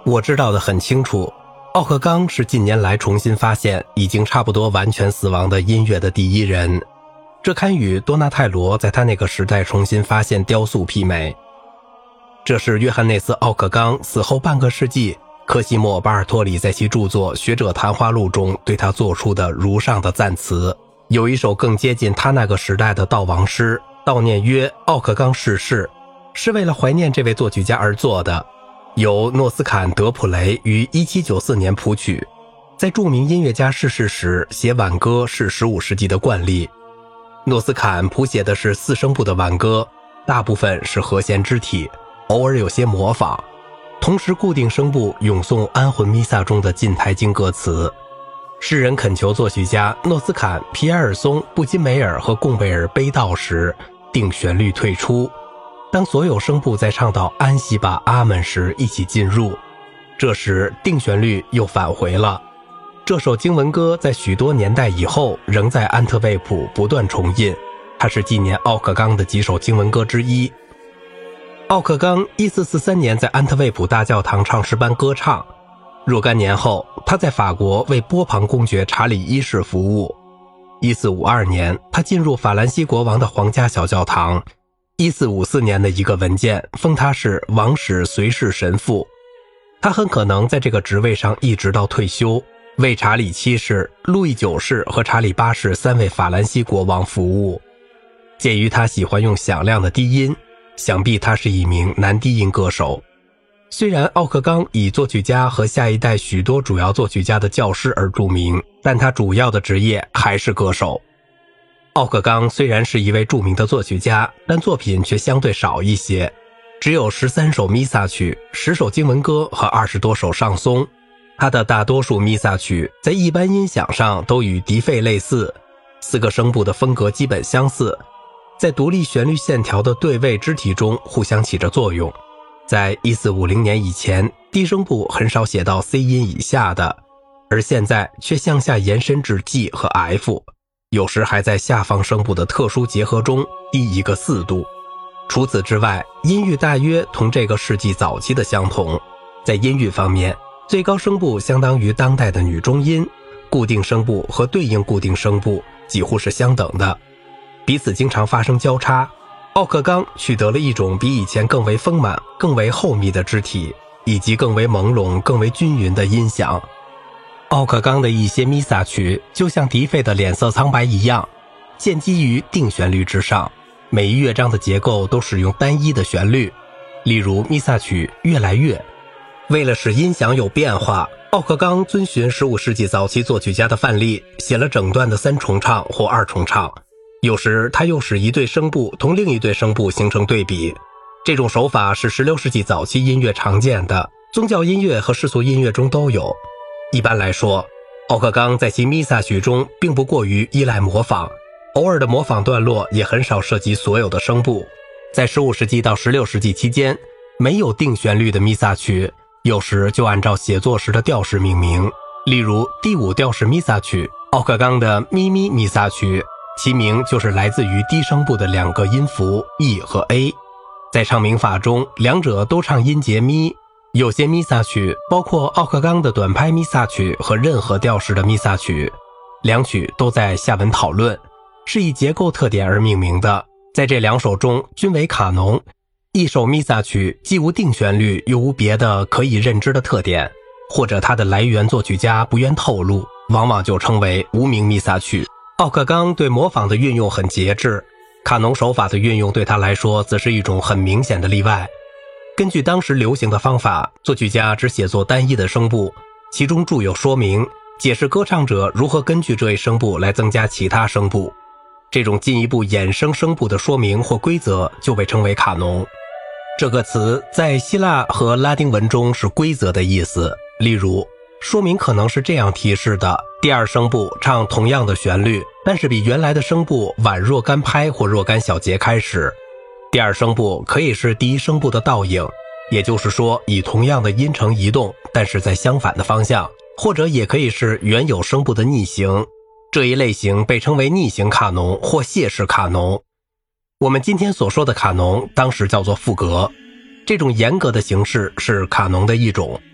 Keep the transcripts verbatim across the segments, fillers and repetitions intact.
我知道的很清楚，奥克冈是近年来重新发现已经差不多完全死亡的音乐的第一人，这堪与多纳泰罗在他那个时代重新发现雕塑媲美。这是约翰内斯·奥克冈死后半个世纪，科西莫·巴尔托里在其著作《学者谈话录》中对他做出的如上的赞词。有一首更接近他那个时代的悼亡诗，悼念约奥克冈逝世，是为了怀念这位作曲家而作的，由诺斯坎·德普雷于一七九四年谱曲。在著名音乐家逝世时写挽歌是十五世纪的惯例。诺斯坎谱写的是四声部的挽歌，大部分是和弦肢体，偶尔有些模仿，同时固定声部咏诵安魂弥撒中的进台经歌词。诗人恳求作曲家诺斯坎、皮埃尔松、布金梅尔和贡贝尔悲悼时，定旋律退出，当所有声部在唱到安息吧阿门时一起进入，这时定旋律又返回了。这首经文歌在许多年代以后仍在安特卫普不断重印，它是纪念奥克冈的几首经文歌之一。奥克冈一四四三年在安特卫普大教堂唱诗班歌唱，若干年后他在法国为波旁公爵查理一世服务。一四五二年他进入法兰西国王的皇家小教堂。一四五四年的一个文件封他是王室随侍神父，他很可能在这个职位上一直到退休，为查理七世、路易九世和查理八世三位法兰西国王服务。鉴于他喜欢用响亮的低音，想必他是一名男低音歌手。虽然奥克冈以作曲家和下一代许多主要作曲家的教师而著名，但他主要的职业还是歌手。奥克冈虽然是一位著名的作曲家，但作品却相对少一些，只有十三首弥撒曲、十首经文歌和二十多首上颂。他的大多数弥撒曲在一般音响上都与笛费类似，四个声部的风格基本相似，在独立旋律线条的对位肢体中互相起着作用。在一四五零年以前，低声部很少写到 C 音以下的，而现在却向下延伸至 G 和 F， 有时还在下方声部的特殊结合中低一个四度。除此之外，音域大约同这个世纪早期的相同。在音域方面，最高声部相当于当代的女中音，固定声部和对应固定声部几乎是相等的，彼此经常发生交叉。奥克冈取得了一种比以前更为丰满、更为厚密的肢体，以及更为朦胧、更为均匀的音响。奥克冈的一些弥撒曲就像笛费的脸色苍白一样，建基于定旋律之上，每一乐章的结构都使用单一的旋律，例如弥撒曲越来越。为了使音响有变化，奥克冈遵循十五世纪早期作曲家的范例，写了整段的三重唱或二重唱。有时他又使一对声部同另一对声部形成对比，这种手法是十六世纪早期音乐常见的，宗教音乐和世俗音乐中都有。一般来说，奥克冈在其弥撒曲中并不过于依赖模仿，偶尔的模仿段落也很少涉及所有的声部。在十五世纪到十六世纪期间，没有定旋律的弥撒曲有时就按照写作时的调式命名，例如第五调式弥撒曲，奥克冈的咪咪弥撒曲，其名就是来自于低声部的两个音符 E 和 A。 在唱名法中，两者都唱音节咪。有些弥撒曲，包括奥克冈的短拍弥撒曲和任何调式的弥撒曲，两曲都在下文讨论，是以结构特点而命名的。在这两首中均为卡农，一首弥撒曲既无定旋律又无别的可以认知的特点，或者它的来源作曲家不愿透露，往往就称为无名弥撒曲。奥克冈对模仿的运用很节制，卡农手法的运用对他来说则是一种很明显的例外。根据当时流行的方法，作曲家只写作单一的声部，其中注有说明，解释歌唱者如何根据这一声部来增加其他声部。这种进一步衍生声部的说明或规则就被称为卡农。这个词在希腊和拉丁文中是规则的意思，例如说明可能是这样提示的：第二声部唱同样的旋律，但是比原来的声部晚若干拍或若干小节开始。第二声部可以是第一声部的倒影，也就是说以同样的音程移动，但是在相反的方向，或者也可以是原有声部的逆行。这一类型被称为逆行卡农或谢氏卡农。我们今天所说的卡农当时叫做赋格，这种严格的形式是卡农的一种。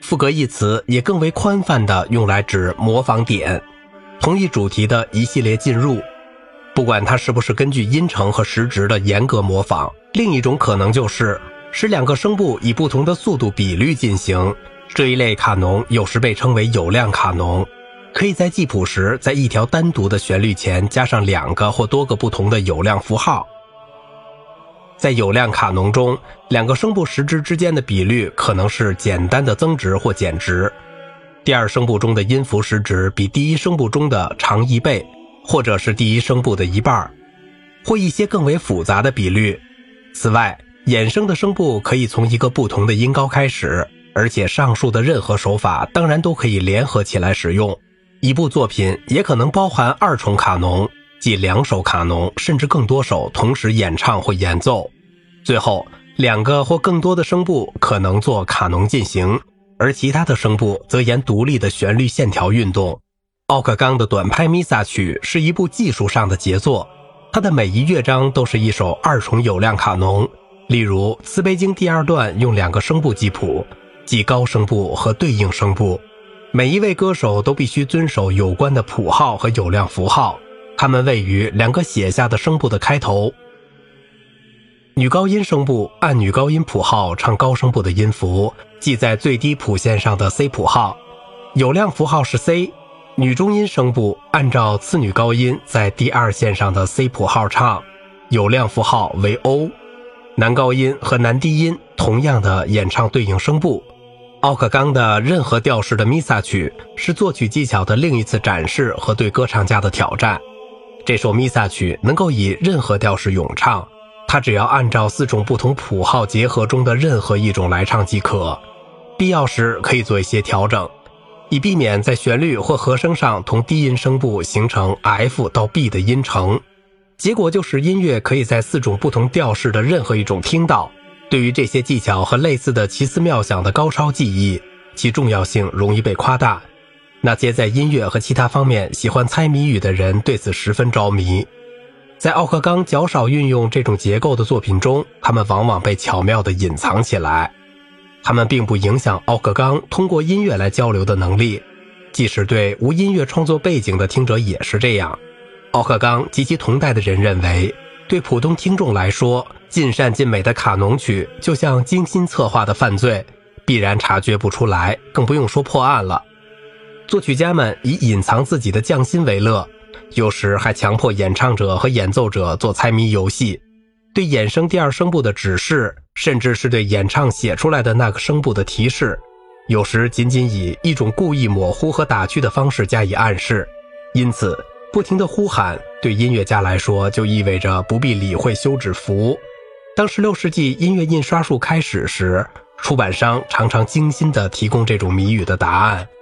赋格一词也更为宽泛地用来指模仿点，同一主题的一系列进入，不管它是不是根据音程和时值的严格模仿。另一种可能就是使两个声部以不同的速度比率进行，这一类卡农有时被称为有量卡农，可以在记谱时在一条单独的旋律前加上两个或多个不同的有量符号。在有量卡农中，两个声部时值之间的比率可能是简单的增值或减值，第二声部中的音符时值比第一声部中的长一倍，或者是第一声部的一半，或一些更为复杂的比率。此外，衍生的声部可以从一个不同的音高开始，而且上述的任何手法当然都可以联合起来使用。一部作品也可能包含二重卡农，即两首卡农甚至更多首同时演唱或演奏。最后，两个或更多的声部可能做卡农进行，而其他的声部则沿独立的旋律线条运动。奥克冈的短拍弥撒曲是一部技术上的杰作，它的每一乐章都是一首二重有量卡农。例如慈悲经第二段用两个声部记谱，即高声部和对应声部，每一位歌手都必须遵守有关的谱号和有量符号，它们位于两个写下的声部的开头。女高音声部按女高音谱号唱高声部的音符，记在最低谱线上的 C 谱号，有量符号是 C。 女中音声部按照次女高音在第二线上的 C 谱号唱，有量符号为 O。 男高音和男低音同样的演唱对应声部。奥克冈的任何调式的弥撒曲是作曲技巧的另一次展示和对歌唱家的挑战。这首弥撒曲能够以任何调式咏唱，它只要按照四种不同谱号结合中的任何一种来唱即可，必要时可以做一些调整，以避免在旋律或和声上同低音声部形成 F 到 B 的音程。结果就是音乐可以在四种不同调式的任何一种听到。对于这些技巧和类似的奇思妙想的高超技艺，其重要性容易被夸大。那些在音乐和其他方面喜欢猜谜语的人对此十分着迷。在奥克冈较少运用这种结构的作品中，他们往往被巧妙地隐藏起来。他们并不影响奥克冈通过音乐来交流的能力，即使对无音乐创作背景的听者也是这样。奥克冈及其同代的人认为，对普通听众来说，尽善尽美的卡农曲就像精心策划的犯罪，必然察觉不出来，更不用说破案了。作曲家们以隐藏自己的匠心为乐，有时还强迫演唱者和演奏者做猜谜游戏，对衍生第二声部的指示，甚至是对演唱写出来的那个声部的提示，有时仅仅以一种故意模糊和打趣的方式加以暗示。因此不停的呼喊对音乐家来说就意味着不必理会休止符。当十六世纪音乐印刷术开始时，出版商常常精心地提供这种谜语的答案。